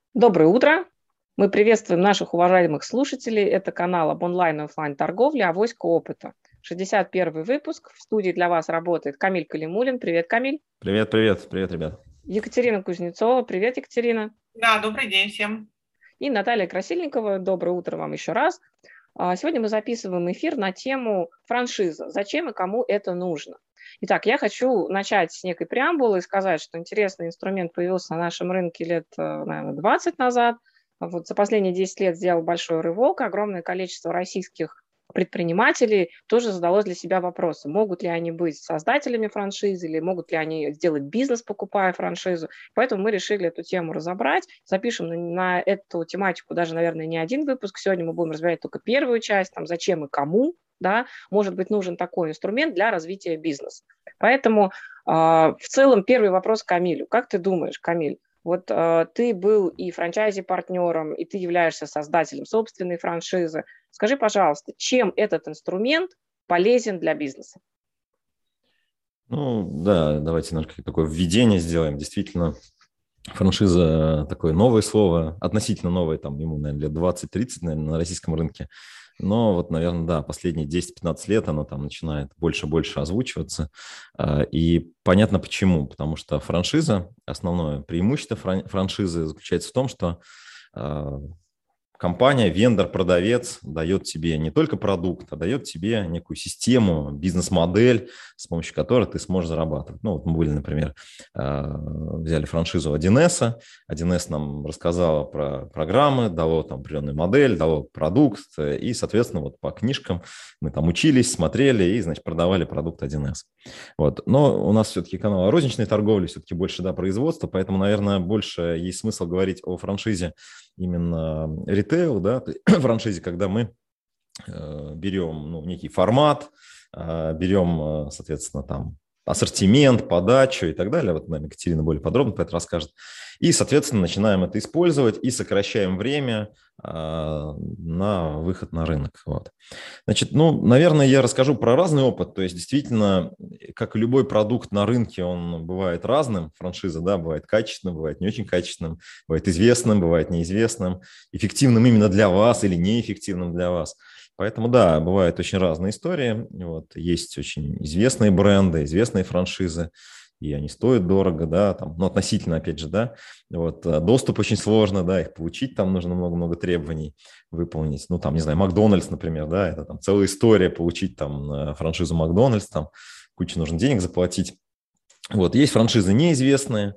Доброе утро. Мы приветствуем наших уважаемых слушателей. Это канал об онлайн и оффлайн торговле «Авоська опыта». 61 выпуск. В студии для вас работает Камиль Калимуллин. Привет, Камиль. Привет, привет, привет, ребят. Екатерина Кузнецова. Привет, Екатерина. Да, добрый день всем. И Наталья Красильникова. Доброе утро вам еще раз. Сегодня мы записываем эфир на тему франшиза. Зачем и кому это нужно? Итак, я хочу начать с некой преамбулы и сказать, что интересный инструмент появился на нашем рынке лет, наверное, 20 назад. Вот за последние 10 лет сделал большой рывок. Огромное количество российских предпринимателей тоже задалось для себя вопросы, могут ли они быть создателями франшизы или могут ли они сделать бизнес, покупая франшизу. Поэтому мы решили эту тему разобрать. Запишем на эту тематику даже, наверное, не один выпуск. Сегодня мы будем разбирать только первую часть, там, зачем и кому, да, может быть нужен такой инструмент для развития бизнеса. Поэтому в целом первый вопрос Камилю. Как ты думаешь, Камиль, вот ты был и франчайзи-партнером, и ты являешься создателем собственной франшизы. Скажи, пожалуйста, чем этот инструмент полезен для бизнеса? Ну, да, давайте немножко такое введение сделаем. Действительно, франшиза такое новое слово, относительно новое, там ему, наверное, лет 20-30, наверное, на российском рынке. Но вот, наверное, да, последние 10-15 лет оно там начинает больше-больше озвучиваться. И понятно почему. Потому что франшиза, основное преимущество франшизы заключается в том, что компания, вендор, продавец дает тебе не только продукт, а дает тебе некую систему, бизнес-модель, с помощью которой ты сможешь зарабатывать. Ну, вот мы были, например, взяли франшизу 1С. 1С нам рассказала про программы, дало там определенную модель, дало продукт, и, соответственно, вот по книжкам мы там учились, смотрели и, значит, продавали продукт 1С. Вот. Но у нас все-таки канал розничной торговли, все-таки больше, да, производства, поэтому, наверное, больше есть смысл говорить о франшизе именно ритейл, да, франшизе, когда мы берем, ну, некий формат, берем, соответственно, там ассортимент, подачу и так далее. Вот, наверное, Екатерина более подробно про это расскажет. И, соответственно, начинаем это использовать и сокращаем время на выход на рынок. Вот. Значит, ну, наверное, я расскажу про разный опыт. То есть, действительно, как и любой продукт на рынке, он бывает разным. Франшиза, да, бывает качественным, бывает не очень качественным, бывает известным, бывает неизвестным, эффективным именно для вас или неэффективным для вас. Поэтому, да, бывают очень разные истории. Вот, есть очень известные бренды, известные франшизы, и они стоят дорого, да, там, ну, относительно, опять же, да, вот, доступ очень сложно, да, их получить там нужно много-много требований выполнить, ну, там, не знаю, Макдональдс, например, да, это там целая история получить там франшизу Макдональдс, там кучу нужно денег заплатить. Вот, есть франшизы неизвестные,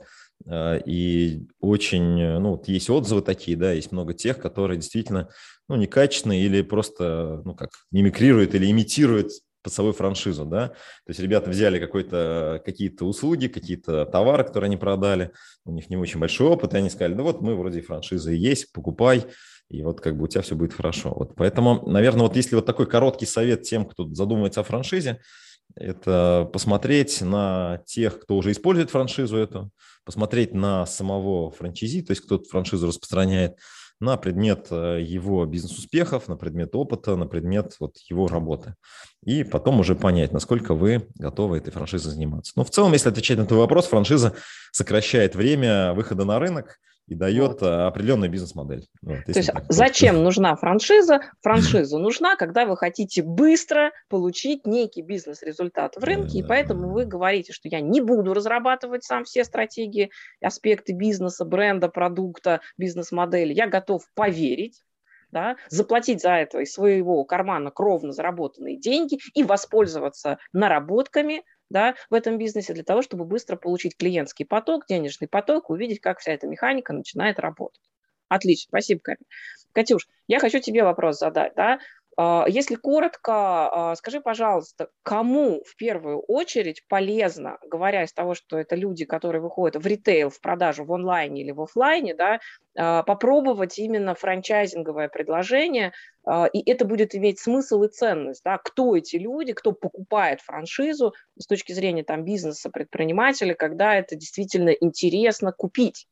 и очень, ну, вот есть отзывы такие, да, есть много тех, которые действительно, ну, некачественные или просто, ну, как, мимикрируют или имитируют под собой франшизу, да, то есть ребята взяли какие-то услуги, какие-то товары, которые они продали, у них не очень большой опыт, и они сказали, ну вот мы вроде франшизы есть, покупай, и вот как бы у тебя все будет хорошо. Вот поэтому, наверное, вот если вот такой короткий совет тем, кто задумывается о франшизе, это посмотреть на тех, кто уже использует франшизу эту, посмотреть на самого франчайзи, то есть кто эту франшизу распространяет, на предмет его бизнес-успехов, на предмет опыта, на предмет вот его работы. И потом уже понять, насколько вы готовы этой франшизой заниматься. Но в целом, если отвечать на твой вопрос, франшиза сокращает время выхода на рынок и дает Вот. определенную бизнес-модель. Вот, То если есть так коротко. зачем нужна франшиза? Франшиза нужна, когда вы хотите быстро получить некий бизнес-результат в Да, рынке, и да, да, поэтому вы да. говорите, что я не буду разрабатывать сам все стратегии, аспекты бизнеса, бренда, продукта, бизнес-модели. Я готов поверить, да, заплатить за это из своего кармана кровно заработанные деньги и воспользоваться наработками, да, в этом бизнесе для того, чтобы быстро получить клиентский поток, денежный поток, увидеть, как вся эта механика начинает работать. Отлично, спасибо, Катя. Катюш, я хочу тебе вопрос задать. Да? Если коротко, скажи, пожалуйста, кому в первую очередь полезно, говоря из того, что это люди, которые выходят в ритейл, в продажу в онлайне или в офлайне, да, попробовать именно франчайзинговое предложение, и это будет иметь смысл и ценность. Да? Кто эти люди, кто покупает франшизу с точки зрения там, бизнеса, предпринимателя, когда это действительно интересно купить?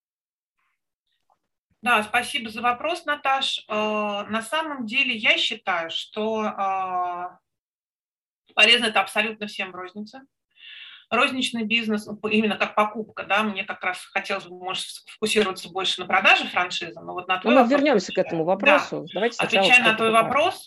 Да, спасибо за вопрос, Наташ. На самом деле я считаю, что полезно это абсолютно всем в рознице. розничный бизнес, именно как покупка, да, мне как раз хотелось бы, может, сфокусироваться больше на продаже франшизы, но вот на Но твой мы вопрос, вернемся к этому вопросу. да, Давайте сначала отвечая кто на твой покупает. вопрос,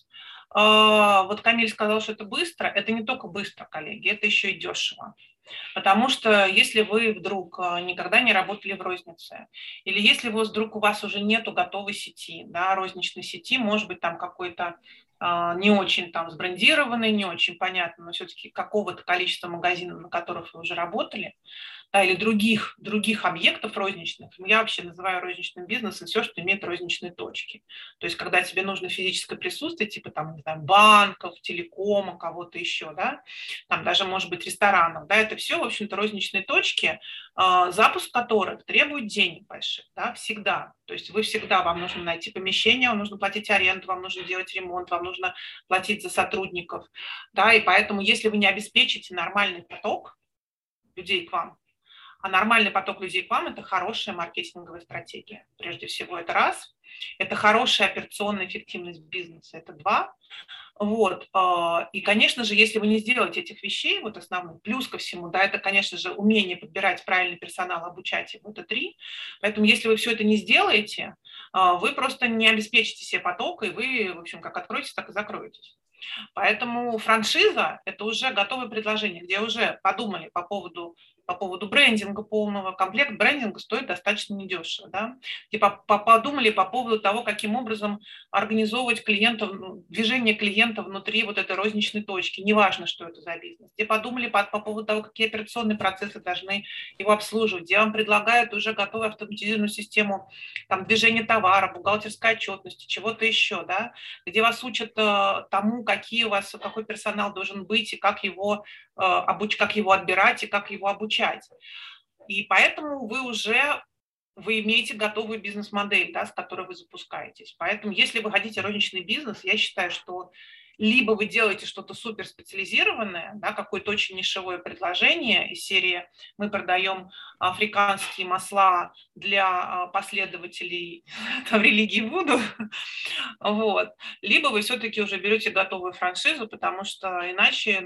вот Камиль сказал, что это быстро. Это не только быстро, коллеги, это еще и дешево. Потому что если вы вдруг никогда не работали в рознице, или если вдруг у вас уже нету готовой сети, да, розничной сети, может быть, там какой-то не очень там сбрендированный, не очень понятно, но все-таки какого-то количества магазинов, на которых вы уже работали, да, или других объектов розничных. Я вообще называю розничным бизнесом все, что имеет розничные точки. То есть, когда тебе нужно физическое присутствие, типа там, не знаю, банков, телекома, кого-то еще, да, там даже, может быть, ресторанов, да, это все, в общем-то, розничные точки, запуск которых требует денег больших, да, всегда. То есть вы всегда, вам нужно найти помещение, вам нужно платить аренду, вам нужно делать ремонт, вам нужно платить за сотрудников, да, и поэтому, если вы не обеспечите нормальный поток людей к вам, а нормальный поток людей к вам – это хорошая маркетинговая стратегия. Прежде всего, это раз. Это хорошая операционная эффективность бизнеса – это два. Вот. И, конечно же, если вы не сделаете этих вещей, вот основной плюс ко всему, да, это, конечно же, умение подбирать правильный персонал, обучать его – это три. Поэтому, если вы все это не сделаете, вы просто не обеспечите себе поток, и вы, в общем, как откроетесь, так и закроетесь. Поэтому франшиза – это уже готовое предложение, где уже подумали по поводу брендинга полного. Комплект брендинга стоит достаточно недешево. Да? Типа подумали по поводу того, каким образом организовывать клиентов, движение клиента внутри вот этой розничной точки. Неважно, что это за бизнес. Где подумали по поводу того, какие операционные процессы должны его обслуживать. Где вам предлагают уже готовую автоматизированную систему там, движения товара, бухгалтерской отчетности, чего-то еще. Да? Где вас учат тому, какой персонал должен быть и как его отбирать и как его обучать. И поэтому вы имеете готовую бизнес-модель, да, с которой вы запускаетесь. Поэтому, если вы хотите розничный бизнес, я считаю, что либо вы делаете что-то суперспециализированное, да, какое-то очень нишевое предложение из серии «Мы продаем африканские масла для последователей там, религии Вуду», вот. Либо вы все-таки уже берете готовую франшизу, потому что иначе,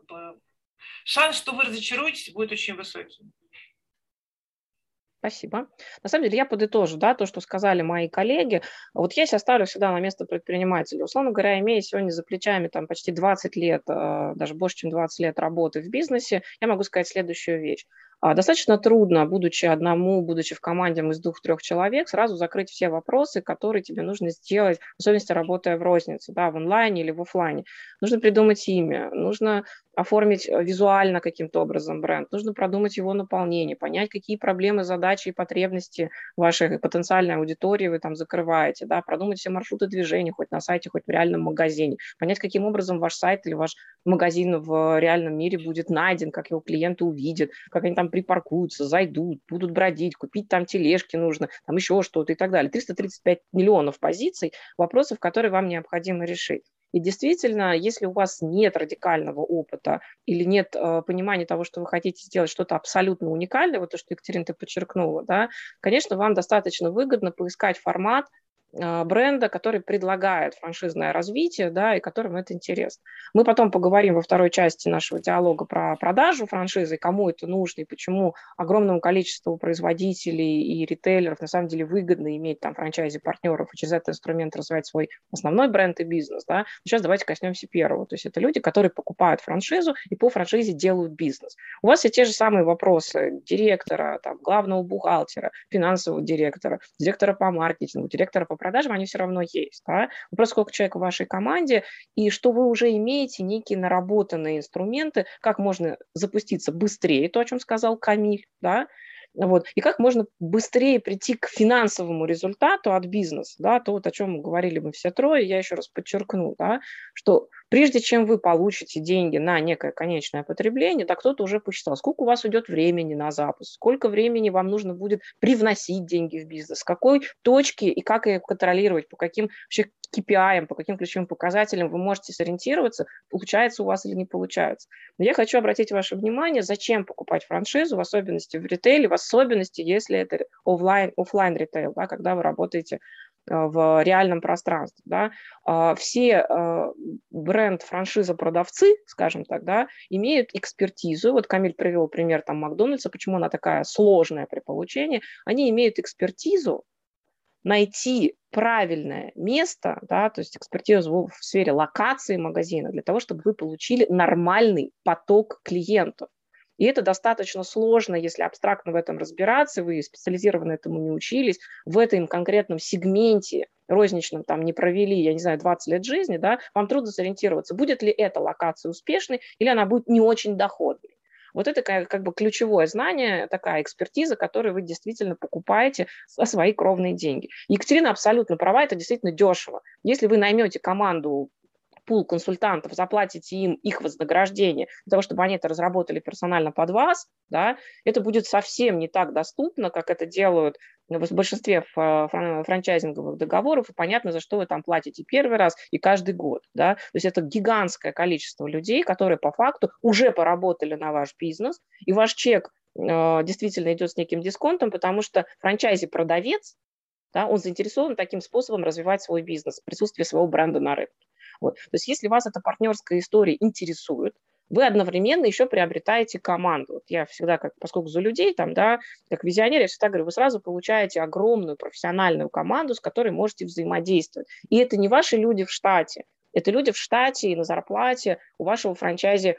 шанс, что вы разочаруетесь, будет очень высокий. Спасибо. На самом деле я подытожу, да, то, что сказали мои коллеги. Вот я себя ставлю всегда на место предпринимателя. Условно говоря, имея сегодня за плечами там, почти 20 лет, даже больше, чем 20 лет работы в бизнесе, я могу сказать следующую вещь. Достаточно трудно, будучи в команде из 2-3 человек, сразу закрыть все вопросы, которые тебе нужно сделать, в особенности работая в рознице, да, в онлайне или в офлайне. Нужно придумать имя, нужно оформить визуально каким-то образом бренд, нужно продумать его наполнение, понять, какие проблемы, задачи и потребности вашей потенциальной аудитории вы там закрываете, да, продумать все маршруты движения, хоть на сайте, хоть в реальном магазине, понять, каким образом ваш сайт или ваш магазин в реальном мире будет найден, как его клиенты увидят, как они там припаркуются, зайдут, будут бродить, купить там тележки нужно, там еще что-то и так далее. 335 миллионов позиций, вопросов, которые вам необходимо решить. И действительно, если у вас нет радикального опыта или нет понимания того, что вы хотите сделать что-то абсолютно уникальное, вот то, что Екатерина ты подчеркнула, да, конечно, вам достаточно выгодно поискать формат бренда, который предлагает франшизное развитие, да, и которым это интересно. Мы потом поговорим во второй части нашего диалога про продажу франшизы, кому это нужно и почему огромному количеству производителей и ритейлеров на самом деле выгодно иметь там франчайзи-партнеров и через этот инструмент развивать свой основной бренд и бизнес. Да. Сейчас давайте коснемся первого. То есть это люди, которые покупают франшизу и по франшизе делают бизнес. У вас все те же самые вопросы директора, там, главного бухгалтера, финансового директора по маркетингу, директора по продажам, они все равно есть. Да? Вопрос, сколько человек в вашей команде, и что вы уже имеете некие наработанные инструменты, как можно запуститься быстрее, то, о чем сказал Камиль, да? Вот. И как можно быстрее прийти к финансовому результату от бизнеса, да? То, вот, о чем мы говорили мы все трое, я еще раз подчеркну, да? Что прежде чем вы получите деньги на некое конечное потребление, да, кто-то уже посчитал, сколько у вас уйдет времени на запуск, сколько времени вам нужно будет привносить деньги в бизнес, с какой точки и как их контролировать, по каким вообще KPI, по каким ключевым показателям вы можете сориентироваться, получается у вас или не получается. Но я хочу обратить ваше внимание, зачем покупать франшизу, в особенности в ритейле, в особенности, если это офлайн ритейл, да, когда вы работаете в реальном пространстве. Да. Все бренд-франшиза-продавцы, скажем так, да, имеют экспертизу. Вот Камиль привел пример там Макдональдса, почему она такая сложная при получении. Они имеют экспертизу найти правильное место, да, то есть экспертизу в сфере локации магазина для того, чтобы вы получили нормальный поток клиентов. И это достаточно сложно, если абстрактно в этом разбираться, вы специализированно этому не учились, в этом конкретном сегменте розничном там не провели, я не знаю, 20 лет жизни, да, вам трудно сориентироваться, будет ли эта локация успешной или она будет не очень доходной. Вот это как бы ключевое знание, такая экспертиза, которую вы действительно покупаете за свои кровные деньги. Екатерина абсолютно права, это действительно дешево. Если вы наймете команду, пул консультантов, заплатите им их вознаграждение для того, чтобы они это разработали персонально под вас, да, это будет совсем не так доступно, как это делают в большинстве франчайзинговых договоров, и понятно, за что вы там платите первый раз и каждый год. Да? То есть это гигантское количество людей, которые по факту уже поработали на ваш бизнес, и ваш чек действительно идет с неким дисконтом, потому что франчайзи-продавец, да, он заинтересован таким способом развивать свой бизнес, присутствие своего бренда на рынке. Вот. То есть если вас эта партнерская история интересует, вы одновременно еще приобретаете команду. Вот я всегда, поскольку за людей, там, да, как визионер, я всегда говорю, вы сразу получаете огромную профессиональную команду, с которой можете взаимодействовать. И это не ваши люди в штате, это люди в штате и на зарплате у вашего франчайзи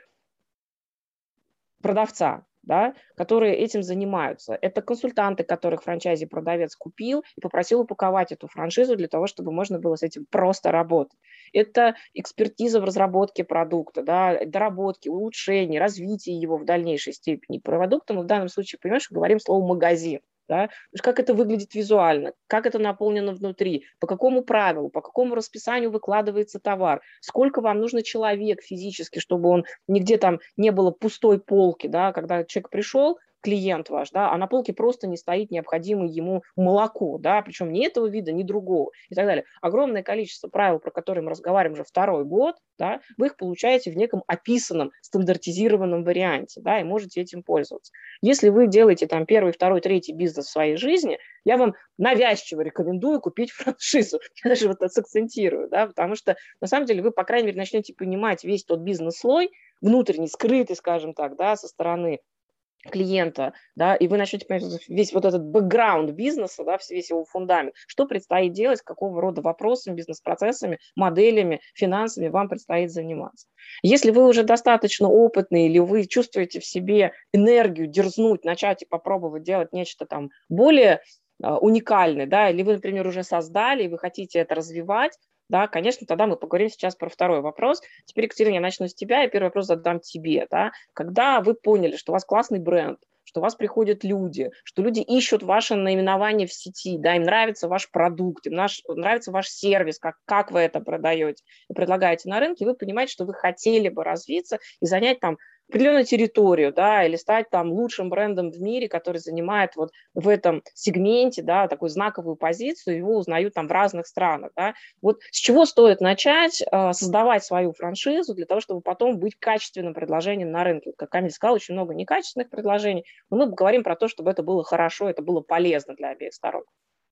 продавца, да, которые этим занимаются. Это консультанты, которых франчайзи-продавец купил и попросил упаковать эту франшизу для того, чтобы можно было с этим просто работать. Это экспертиза в разработке продукта, да, доработки, улучшения, развития его в дальнейшей степени. Продукта мы в данном случае, понимаешь, говорим слово «магазин». Да? Как это выглядит визуально, как это наполнено внутри, по какому правилу, по какому расписанию выкладывается товар, сколько вам нужно человек физически, чтобы он нигде там не было пустой полки, да, когда человек пришел, клиент ваш, да, а на полке просто не стоит необходимое ему молоко, да, причем ни этого вида, ни другого и так далее. Огромное количество правил, про которые мы разговариваем уже второй год, да, вы их получаете в неком описанном, стандартизированном варианте, да, и можете этим пользоваться. Если вы делаете там первый, второй, третий бизнес в своей жизни, я вам навязчиво рекомендую купить франшизу. Я даже вот это сакцентирую, да, потому что на самом деле вы, по крайней мере, начнете понимать весь тот бизнес-слой, внутренний, скрытый, скажем так, да, со стороны клиента, да, и вы начнете понимать весь вот этот бэкграунд бизнеса, да, весь его фундамент, что предстоит делать, какого рода вопросами, бизнес-процессами, моделями, финансами вам предстоит заниматься. Если вы уже достаточно опытный или вы чувствуете в себе энергию дерзнуть, начать и попробовать делать нечто там более уникальное, да, или вы, например, уже создали, и вы хотите это развивать, да, конечно, тогда мы поговорим сейчас про второй вопрос. Теперь, Екатерина, я начну с тебя, и первый вопрос задам тебе. Да? Когда вы поняли, что у вас классный бренд, что у вас приходят люди, что люди ищут ваше наименование в сети, да, им нравится ваш продукт, им нравится ваш сервис, как вы это продаете и предлагаете на рынке, вы понимаете, что вы хотели бы развиться и занять там определенную территорию, да, или стать там лучшим брендом в мире, который занимает вот в этом сегменте, да, такую знаковую позицию, его узнают там в разных странах, да. Вот с чего стоит начать создавать свою франшизу для того, чтобы потом быть качественным предложением на рынке? Как Камиль сказал, очень много некачественных предложений, но мы говорим про то, чтобы это было хорошо, это было полезно для обеих сторон.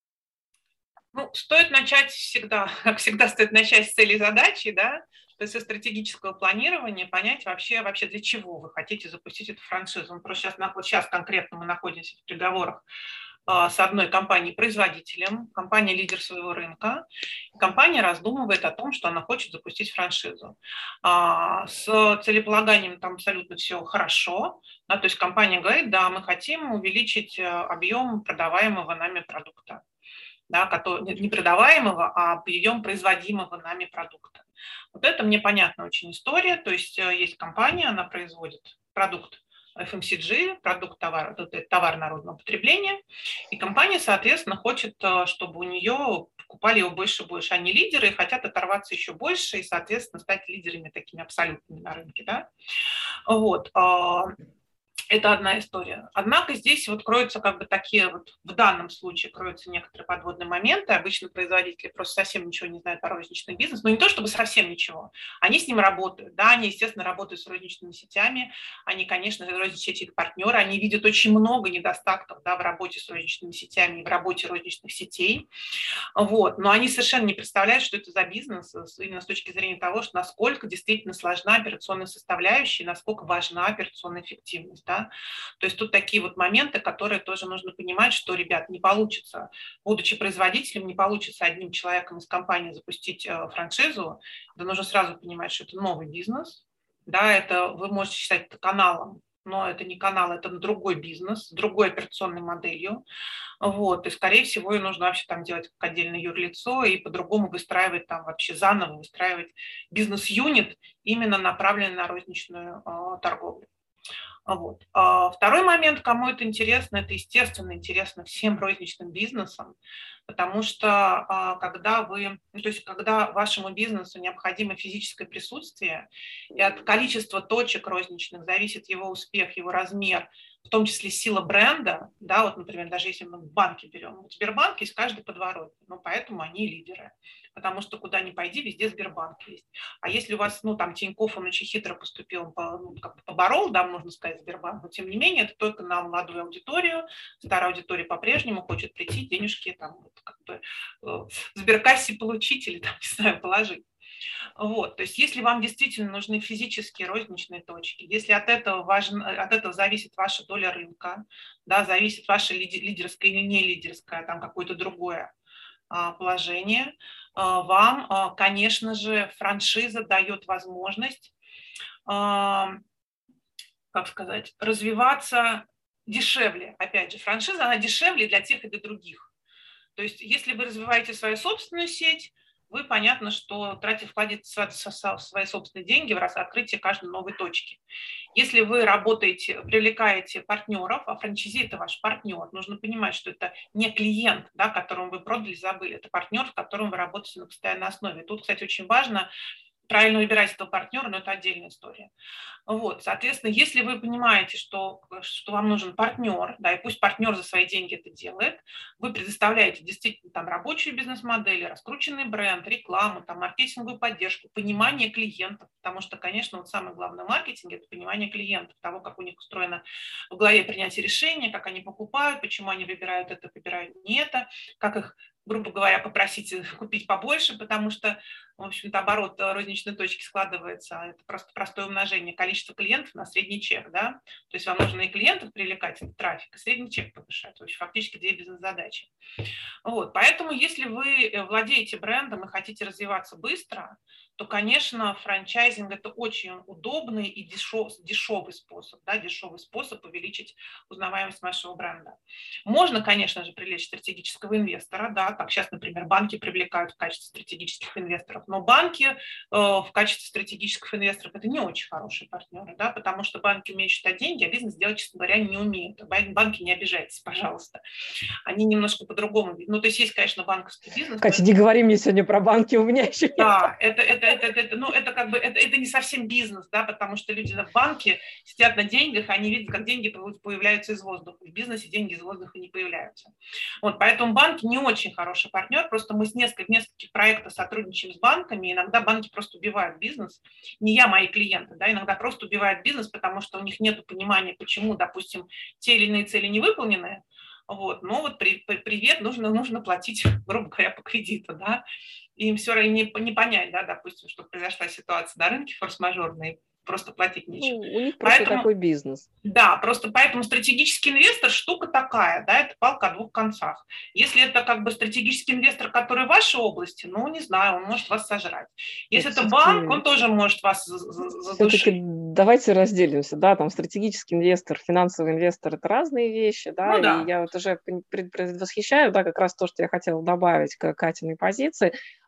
Ну, стоит начать всегда, как всегда, стоит начать с цели задачи, да, то есть со стратегического планирования, понять вообще для чего вы хотите запустить эту франшизу. Ну, просто сейчас конкретно мы находимся в переговорах с одной компанией-производителем, компания лидер своего рынка. Компания раздумывает о том, что она хочет запустить франшизу. С целеполаганием там абсолютно все хорошо. Да, то есть компания говорит, да, мы хотим увеличить объем продаваемого нами продукта. Да, не продаваемого, а объем производимого нами продукта. Вот это мне понятна очень история. То есть есть компания, она производит продукт FMCG, товар народного потребления, и компания, соответственно, хочет, чтобы у нее покупали его больше и больше. Они лидеры и хотят оторваться еще больше и, соответственно, стать лидерами такими абсолютными на рынке. Да? Вот. Это одна история. Однако здесь вот кроются как бы такие вот, в данном случае кроются некоторые подводные моменты. Обычно производители просто совсем ничего не знают о розничном бизнесе. Но не то чтобы совсем ничего. Они с ним работают. Да, они, естественно, работают с розничными сетями. Они, конечно, розничные сети – это партнеры. Они видят очень много недостатков, да, в работе с розничными сетями и в работе розничных сетей. Вот. Но они совершенно не представляют, что это за бизнес, именно с точки зрения того, что насколько действительно сложна операционная составляющая, насколько важна операционная эффективность. Да? То есть тут такие вот моменты, которые тоже нужно понимать, что, ребят, не получится, будучи производителем, не получится одним человеком из компании запустить франшизу. Да нужно сразу понимать, что это новый бизнес. Да, это вы можете считать это каналом, но это не канал, это другой бизнес, с другой операционной моделью. Вот, и, скорее всего, и нужно вообще там делать как отдельное юрлицо и по-другому выстраивать там вообще заново, выстраивать бизнес-юнит, именно направленный на розничную торговлю. Вот. Второй момент, кому это интересно, это, естественно, интересно всем розничным бизнесам, потому что когда когда вашему бизнесу необходимо физическое присутствие, и от количества точек розничных зависит его успех, его размер, в том числе сила бренда, да, вот, например, даже если мы банки берем, в Сбербанке есть каждый подворотне, поэтому они лидеры, потому что куда ни пойди, везде Сбербанк есть. А если у вас, там Тинькофф, он очень хитро поступил, поборол, да, можно сказать, Сбербанк, но тем не менее это только на молодую аудиторию, старая аудитория по-прежнему хочет прийти, денежки там в сберкассе получить или там, не знаю, положить. Вот, то есть если вам действительно нужны физические розничные точки, если от этого зависит ваша доля рынка, да, зависит ваше лидерское или не лидерское, там какое-то другое положение, вам, конечно же, франшиза дает возможность, развиваться дешевле. Опять же, франшиза, она дешевле для тех и для других. То есть если вы развиваете свою собственную сеть, вы, понятно, что вкладываете свои собственные деньги в открытие каждой новой точки. Если вы привлекаете партнеров, а франчайзи – это ваш партнер, нужно понимать, что это не клиент, да, которому вы продали, забыли, это партнер, с которым вы работаете на постоянной основе. Тут, кстати, очень важно правильно выбирать этого партнера, но это отдельная история. Вот, соответственно, если вы понимаете, что вам нужен партнер, да, и пусть партнер за свои деньги это делает, вы предоставляете действительно там рабочие бизнес-модели, раскрученный бренд, рекламу, там, маркетинговую поддержку, понимание клиентов, потому что, конечно, вот самое главное в маркетинге – это понимание клиентов, того, как у них устроено в голове принятие решения, как они покупают, почему они выбирают это, выбирают не это, как их, грубо говоря, попросить купить побольше, потому что, в общем-то, оборот розничной точки складывается, это просто простое умножение количества клиентов на средний чек, да, то есть вам нужно и клиентов привлекать, и трафик, и средний чек повышать, то есть фактически две бизнес-задачи. Вот, поэтому если вы владеете брендом и хотите развиваться быстро, то, конечно, франчайзинг – это очень удобный и дешевый способ, да, дешевый способ увеличить узнаваемость вашего бренда. Можно, конечно же, привлечь стратегического инвестора, да, как сейчас, например, банки привлекают в качестве стратегических инвесторов, но банки в качестве стратегических инвесторов – это не очень хорошие партнеры, да, потому что банки умеют считать деньги, а бизнес делать, честно говоря, не умеют. Банки, не обижайтесь, пожалуйста. Они немножко по-другому. То есть есть, конечно, банковский бизнес. Катя, не говори мне сегодня про банки, у меня еще да, это не совсем бизнес, да, потому что люди в банке сидят на деньгах, они видят, как деньги появляются из воздуха. В бизнесе деньги из воздуха не появляются. Вот, поэтому банки не очень хороший партнер, просто мы в нескольких проектах сотрудничаем с банками, иногда банки просто убивают бизнес. Не я, мои клиенты, да, иногда просто убивают бизнес, потому что у них нет понимания, почему, допустим, те или иные цели не выполнены. Вот, но вот привет, нужно платить, грубо говоря, по кредиту, да, им все равно не понять, да, допустим, что произошла ситуация на рынке форс-мажорная, просто платить нечего. У них просто такой бизнес. Да, просто поэтому стратегический инвестор штука такая, да, это палка о двух концах. Если это как бы стратегический инвестор, который в вашей области, не знаю, он может вас сожрать. Если это банк, он тоже может вас задушить. Все-таки давайте разделимся, да, там стратегический инвестор, финансовый инвестор – это разные вещи, да, да. И я вот уже предвосхищаю, да, как раз то, что я хотела добавить к Катиной позиции.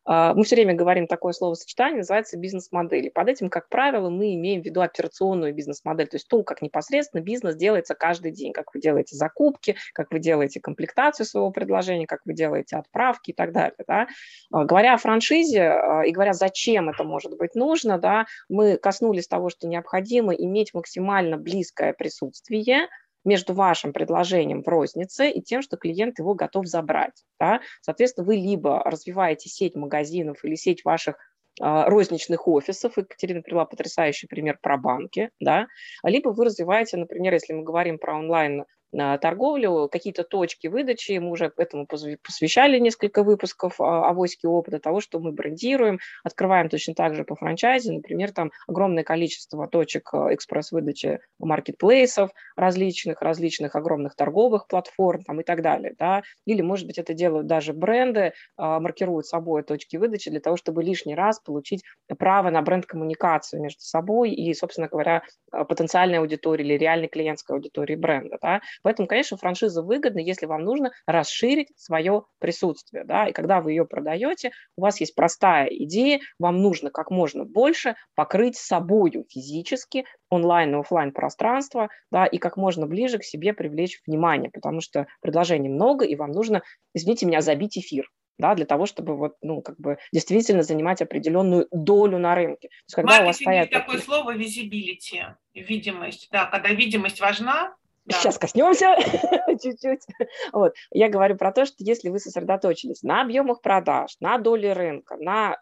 Мы все время говорим такое словосочетание, называется бизнес-модель. И под этим, как правило, мы имеем в виду операционную бизнес-модель, то есть то, как непосредственно бизнес делается каждый день, как вы делаете закупки, как вы делаете комплектацию своего предложения, как вы делаете отправки и так далее. Да. Говоря о франшизе и говоря, зачем это может быть нужно, да, мы коснулись того, что необходимо иметь максимально близкое присутствие между вашим предложением в рознице и тем, что клиент его готов забрать. Да? Соответственно, вы либо развиваете сеть магазинов или сеть ваших розничных офисов, Екатерина привела потрясающий пример про банки, да? Либо вы развиваете, например, если мы говорим про онлайн торговлю, какие-то точки выдачи, мы уже этому посвящали несколько выпусков авоськи опыта того, что мы брендируем, открываем точно так же по франчайзе, например, там огромное количество точек экспресс-выдачи маркетплейсов различных огромных торговых платформ там, и так далее, да, или, может быть, это делают даже бренды, маркируют собой точки выдачи для того, чтобы лишний раз получить право на бренд-коммуникацию между собой и, собственно говоря, потенциальной аудитории или реальной клиентской аудитории бренда, да. Поэтому, конечно, франшиза выгодна, если вам нужно расширить свое присутствие. Да? И когда вы ее продаете, у вас есть простая идея, вам нужно как можно больше покрыть собою физически онлайн и офлайн пространство, да, и как можно ближе к себе привлечь внимание, потому что предложений много, и вам нужно, извините меня, забить эфир. Да, для того, чтобы вот, ну, как бы действительно занимать определенную долю на рынке. То есть, когда у вас стоят такое слово visibility, видимость. Да, когда видимость важна. Да. Сейчас коснемся чуть-чуть. Вот. Я говорю про то, что если вы сосредоточились на объемах продаж, на доле рынка, на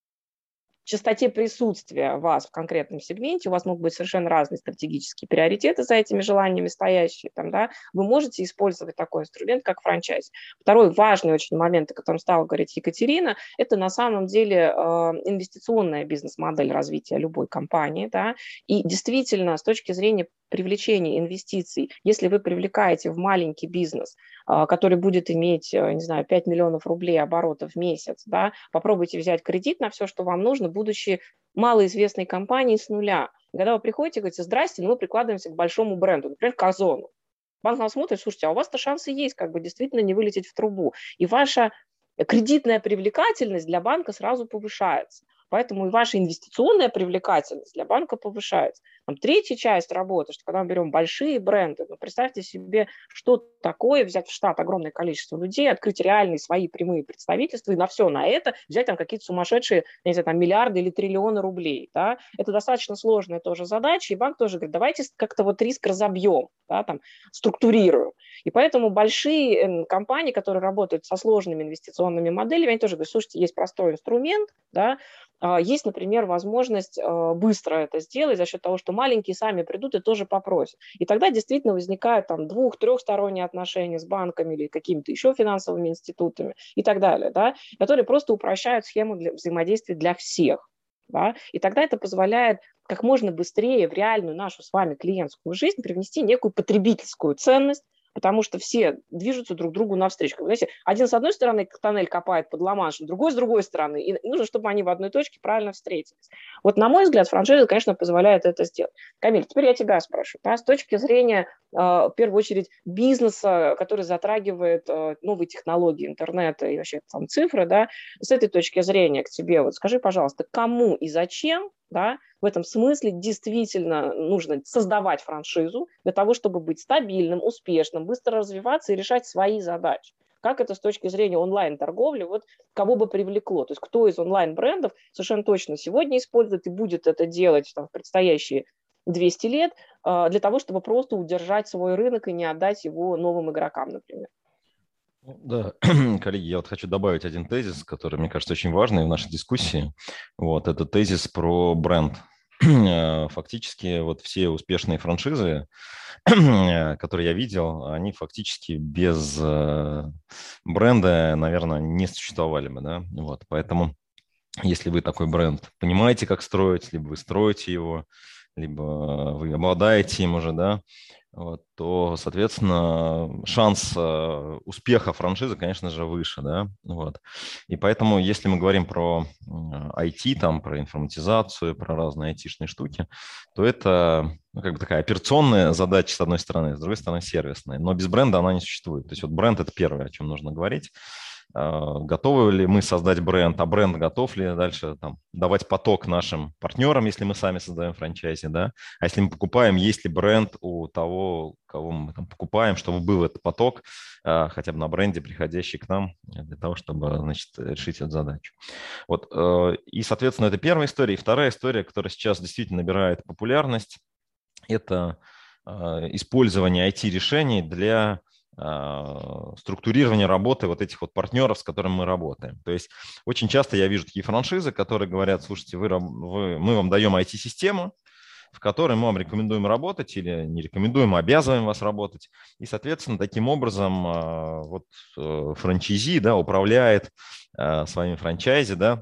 частоте присутствия вас в конкретном сегменте, у вас могут быть совершенно разные стратегические приоритеты за этими желаниями стоящие, там, да, вы можете использовать такой инструмент, как франчайз. Второй важный очень момент, о котором стала говорить Екатерина, это на самом деле инвестиционная бизнес-модель развития любой компании, да, и действительно с точки зрения привлечения инвестиций, если вы привлекаете в маленький бизнес, который будет иметь, не знаю, 5 миллионов рублей оборота в месяц, да, попробуйте взять кредит на все, что вам нужно, будучи малоизвестной компанией с нуля. И когда вы приходите и говорите: здрасте, мы прикладываемся к большому бренду, например, к Озону. Банк нам смотрит: слушайте, а у вас-то шансы есть, как бы действительно не вылететь в трубу. И ваша кредитная привлекательность для банка сразу повышается. Поэтому и ваша инвестиционная привлекательность для банка повышается. Там третья часть работы, что когда мы берем большие бренды, ну, представьте себе, что такое взять в штат огромное количество людей, открыть реальные свои прямые представительства и на все на это взять там какие-то сумасшедшие, не знаю, там миллиарды или триллионы рублей. Да? Это достаточно сложная тоже задача, и банк тоже говорит: давайте как-то вот риск разобьем, да, там, структурируем. И поэтому большие компании, которые работают со сложными инвестиционными моделями, они тоже говорят: слушайте, есть простой инструмент, да, есть, например, возможность быстро это сделать за счет того, что маленькие сами придут и тоже попросят. И тогда действительно возникают там 2-3-сторонние отношения с банками или какими-то еще финансовыми институтами и так далее, да, которые просто упрощают схему взаимодействия для всех. Да, и тогда это позволяет как можно быстрее в реальную нашу с вами клиентскую жизнь привнести некую потребительскую ценность, потому что все движутся друг другу навстречу. Знаете, один с одной стороны тоннель копает под Ла-Маншем, другой с другой стороны. И нужно, чтобы они в одной точке правильно встретились. Вот, на мой взгляд, франшиза, конечно, позволяет это сделать. Камиль, теперь я тебя спрошу. Да, с точки зрения, в первую очередь, бизнеса, который затрагивает новые технологии интернета и вообще там цифры, да, с этой точки зрения к тебе, вот скажи, пожалуйста, кому и зачем, да, в этом смысле действительно нужно создавать франшизу для того, чтобы быть стабильным, успешным, быстро развиваться и решать свои задачи. Как это с точки зрения онлайн-торговли, вот кого бы привлекло? То есть кто из онлайн-брендов совершенно точно сегодня использует и будет это делать там, в предстоящие 200 лет для того, чтобы просто удержать свой рынок и не отдать его новым игрокам, например? Да, коллеги, я вот хочу добавить один тезис, который, мне кажется, очень важный в нашей дискуссии. Вот, это тезис про бренд. Фактически вот все успешные франшизы, которые я видел, они фактически без бренда, наверное, не существовали бы. Да? Вот, поэтому если вы такой бренд понимаете, как строить, либо вы строите его, либо вы обладаете им уже, да, вот, то, соответственно, шанс успеха франшизы, конечно же, выше, да, вот. И поэтому, если мы говорим про IT, там, про информатизацию, про разные IT-шные штуки, то это, ну, как бы такая операционная задача, с одной стороны, с другой стороны, сервисная. Но без бренда она не существует. То есть вот бренд – это первое, о чем нужно говорить. готовы ли мы создать бренд, а бренд готов ли дальше там, давать поток нашим партнерам, если мы сами создаем франчайзи, да, а если мы покупаем, есть ли бренд у того, кого мы там покупаем, чтобы был этот поток, хотя бы на бренде, приходящий к нам, для того, чтобы, значит, решить эту задачу. Вот, и, соответственно, это первая история. И вторая история, которая сейчас действительно набирает популярность, это использование IT-решений для структурирования работы вот этих вот партнеров, с которыми мы работаем. То есть очень часто я вижу такие франшизы, которые говорят, слушайте, мы вам даем IT-систему, в которой мы вам рекомендуем работать или не рекомендуем, обязываем вас работать. И, соответственно, таким образом вот франчайзи, да, управляет своими франчайзи, да,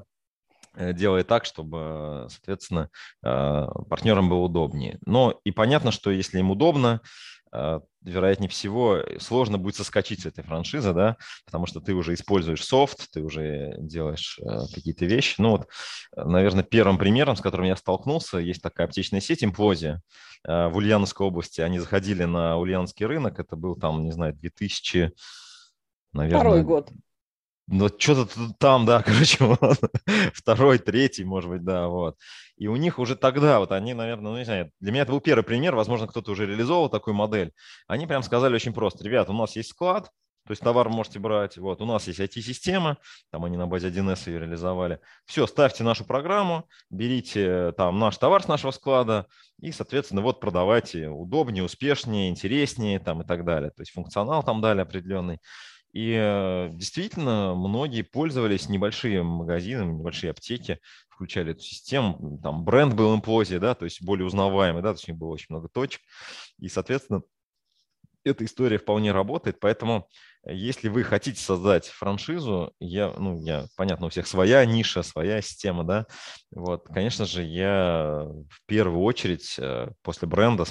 делает так, чтобы, соответственно, партнерам было удобнее. Но и понятно, что если им удобно, вероятнее всего, сложно будет соскочить с этой франшизы, да, потому что ты уже используешь софт, ты уже делаешь какие-то вещи. Ну вот, наверное, первым примером, с которым я столкнулся, есть такая аптечная сеть «Имплозия» в Ульяновской области. Они заходили на ульяновский рынок, это был там, не знаю, 2000, наверное... Второй год. Ну, что-то там, да, короче, вот, второй, третий, может быть, да, вот. И у них уже тогда, вот они, наверное, ну, не знаю, для меня это был первый пример, возможно, кто-то уже реализовал такую модель. Они прям сказали очень просто: ребят, у нас есть склад, то есть товар можете брать, вот, у нас есть IT-система, там они на базе 1С ее реализовали. Все, ставьте нашу программу, берите там наш товар с нашего склада и, соответственно, вот продавайте удобнее, успешнее, интереснее там и так далее. То есть функционал там дали определенный. И действительно, многие пользовались небольшими магазинами, небольшие аптеки, включали эту систему. Там бренд был «Имплозия», да, то есть более узнаваемый, да, то есть у них было очень много точек. И, соответственно, эта история вполне работает, поэтому если вы хотите создать франшизу, понятно, у всех своя ниша, своя система, да, вот, конечно же, я в первую очередь после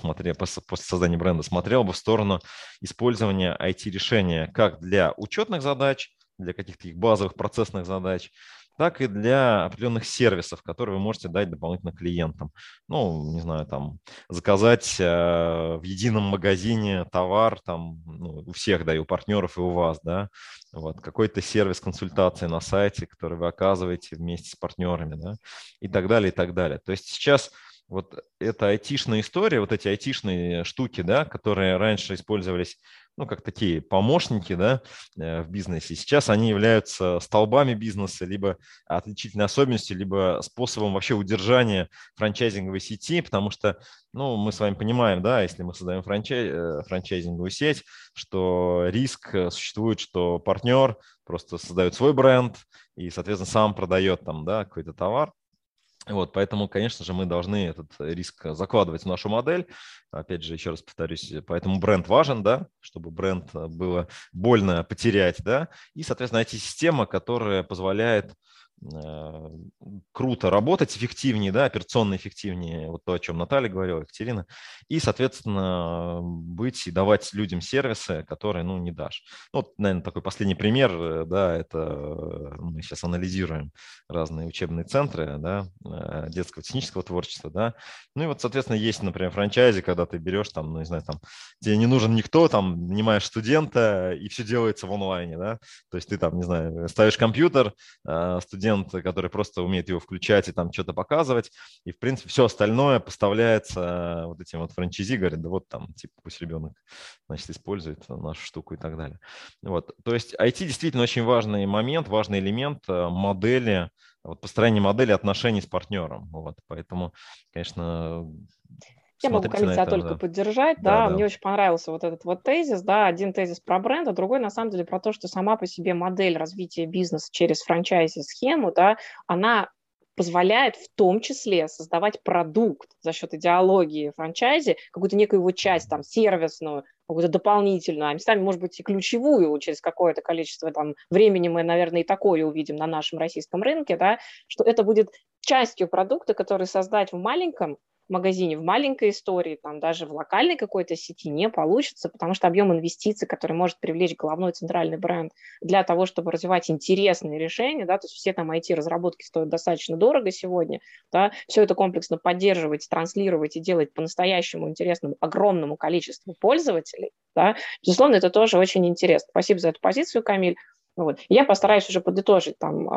создания бренда смотрел бы в сторону использования IT-решения как для учетных задач, для каких-то их базовых процессных задач, так и для определенных сервисов, которые вы можете дать дополнительно клиентам. Ну, не знаю, там, заказать в едином магазине товар, там, ну, у всех, да, и у партнеров, и у вас, да, вот, какой-то сервис консультации на сайте, который вы оказываете вместе с партнерами, да, и так далее, и так далее. То есть сейчас вот эта айтишная история, вот эти айтишные штуки, да, которые раньше использовались, ну, как такие помощники, да, в бизнесе, сейчас они являются столбами бизнеса, либо отличительной особенностью, либо способом вообще удержания франчайзинговой сети, потому что, ну, мы с вами понимаем, да, если мы создаем франчайзинговую сеть, что риск существует, что партнер просто создает свой бренд и, соответственно, сам продает там, да, какой-то товар. Вот, поэтому, конечно же, мы должны этот риск закладывать в нашу модель. Опять же, еще раз повторюсь, поэтому бренд важен, да, чтобы бренд было больно потерять, да, и, соответственно, IT-система, которая позволяет круто работать, эффективнее, да, операционно эффективнее, вот то, о чем Наталья говорила, Екатерина, и, соответственно, быть и давать людям сервисы, которые, ну, не дашь. Ну, вот, наверное, такой последний пример, да, это мы сейчас анализируем разные учебные центры, да, детского технического творчества, да, ну и вот, соответственно, есть, например, франчайзи, когда ты берешь там, ну, не знаю, там, тебе не нужен никто, там, нанимаешь студента, и все делается в онлайне, да, то есть ты там, не знаю, ставишь компьютер, студент, который просто умеет его включать и там что-то показывать, и, в принципе, все остальное поставляется вот этим вот франчайзи, говорят, да вот там, типа, пусть ребенок, значит, использует нашу штуку и так далее. Вот, то есть IT действительно очень важный момент, важный элемент модели, вот построения модели отношений с партнером, вот, поэтому, конечно, Я могу, смотрите Камиль, на тебя это, только да. поддержать, да, мне очень понравился вот этот вот тезис, да, один тезис про бренд, а другой, на самом деле, про то, что сама по себе модель развития бизнеса через франчайзи-схему, да, она позволяет в том числе создавать продукт за счет идеологии франчайзи, какую-то некую его часть, там, сервисную, какую-то дополнительную, а местами, может быть, и ключевую через какое-то количество там, времени мы, наверное, и такое увидим на нашем российском рынке, да, что это будет частью продукта, который создать в маленьком магазине, в маленькой истории, там, даже в локальной какой-то сети не получится, потому что объем инвестиций, который может привлечь головной центральный бренд для того, чтобы развивать интересные решения, да, то есть все там IT-разработки стоят достаточно дорого сегодня, да, все это комплексно поддерживать, транслировать и делать по-настоящему интересному огромному количеству пользователей, да, безусловно, это тоже очень интересно. Спасибо за эту позицию, Камиль. Вот. Я постараюсь уже подытожить там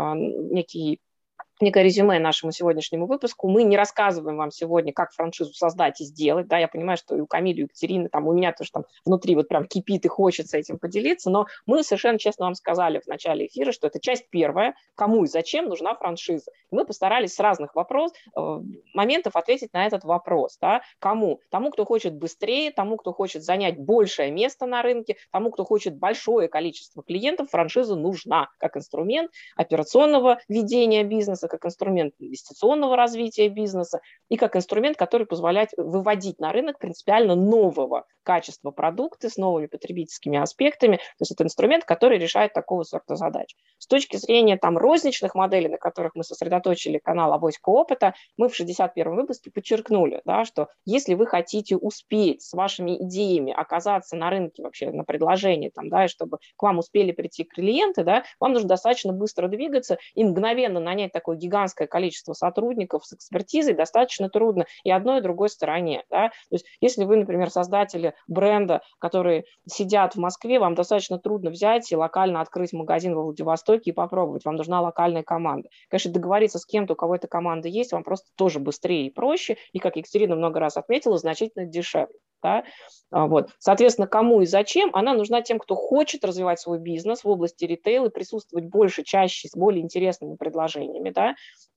некое резюме нашему сегодняшнему выпуску. Мы не рассказываем вам сегодня, как франшизу создать и сделать. Да, я понимаю, что и у Камиля, и у Екатерины, там, у меня тоже там внутри вот прям кипит и хочется этим поделиться, но мы совершенно честно вам сказали в начале эфира, что это часть первая, кому и зачем нужна франшиза. И мы постарались с разных моментов ответить на этот вопрос. Да? Кому? Тому, кто хочет быстрее, тому, кто хочет занять большее место на рынке, тому, кто хочет большое количество клиентов, франшиза нужна как инструмент операционного ведения бизнеса, как инструмент инвестиционного развития бизнеса и как инструмент, который позволяет выводить на рынок принципиально нового качества продукты с новыми потребительскими аспектами. То есть это инструмент, который решает такого сорта задач. С точки зрения там розничных моделей, на которых мы сосредоточили канал «Авоська опыта», мы в 61-м выпуске подчеркнули, да, что если вы хотите успеть с вашими идеями оказаться на рынке вообще, на предложении, там, да, и чтобы к вам успели прийти клиенты, да, вам нужно достаточно быстро двигаться, и мгновенно нанять такое гигантское количество сотрудников с экспертизой достаточно трудно и одной, и другой стороне. Да? То есть если вы, например, создатели бренда, которые сидят в Москве, вам достаточно трудно взять и локально открыть магазин во Владивостоке и попробовать. Вам нужна локальная команда. Конечно, договориться с кем-то, у кого эта команда есть, вам просто тоже быстрее и проще, и, как Екатерина много раз отметила, значительно дешевле. Да? Вот. Соответственно, кому и зачем она нужна тем, кто хочет развивать свой бизнес в области ритейла и присутствовать больше, чаще, с более интересными предложениями. Да?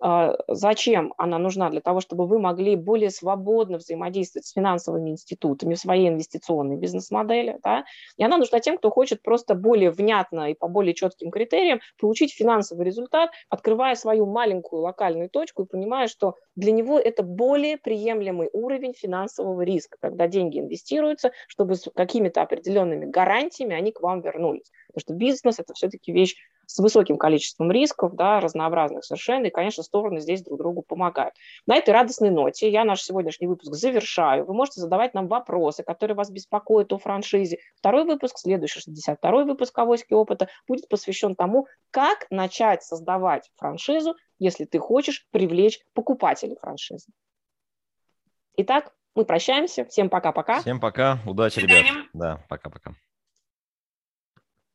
Зачем она нужна? Для того, чтобы вы могли более свободно взаимодействовать с финансовыми институтами в своей инвестиционной бизнес-модели. Да? И она нужна тем, кто хочет просто более внятно и по более четким критериям получить финансовый результат, открывая свою маленькую локальную точку и понимая, что для него это более приемлемый уровень финансового риска, когда деньги инвестируются, чтобы с какими-то определенными гарантиями они к вам вернулись. Потому что бизнес – это все-таки вещь с высоким количеством рисков, да, разнообразных совершенно, и, конечно, стороны здесь друг другу помогают. На этой радостной ноте я наш сегодняшний выпуск завершаю. Вы можете задавать нам вопросы, которые вас беспокоят о франшизе. Второй выпуск, следующий 62-й выпуск «Авоськи опыта» будет посвящен тому, как начать создавать франшизу, если ты хочешь привлечь покупателей франшизы. Итак, мы прощаемся. Всем пока-пока. Всем пока. Удачи, ребят. Да, пока-пока.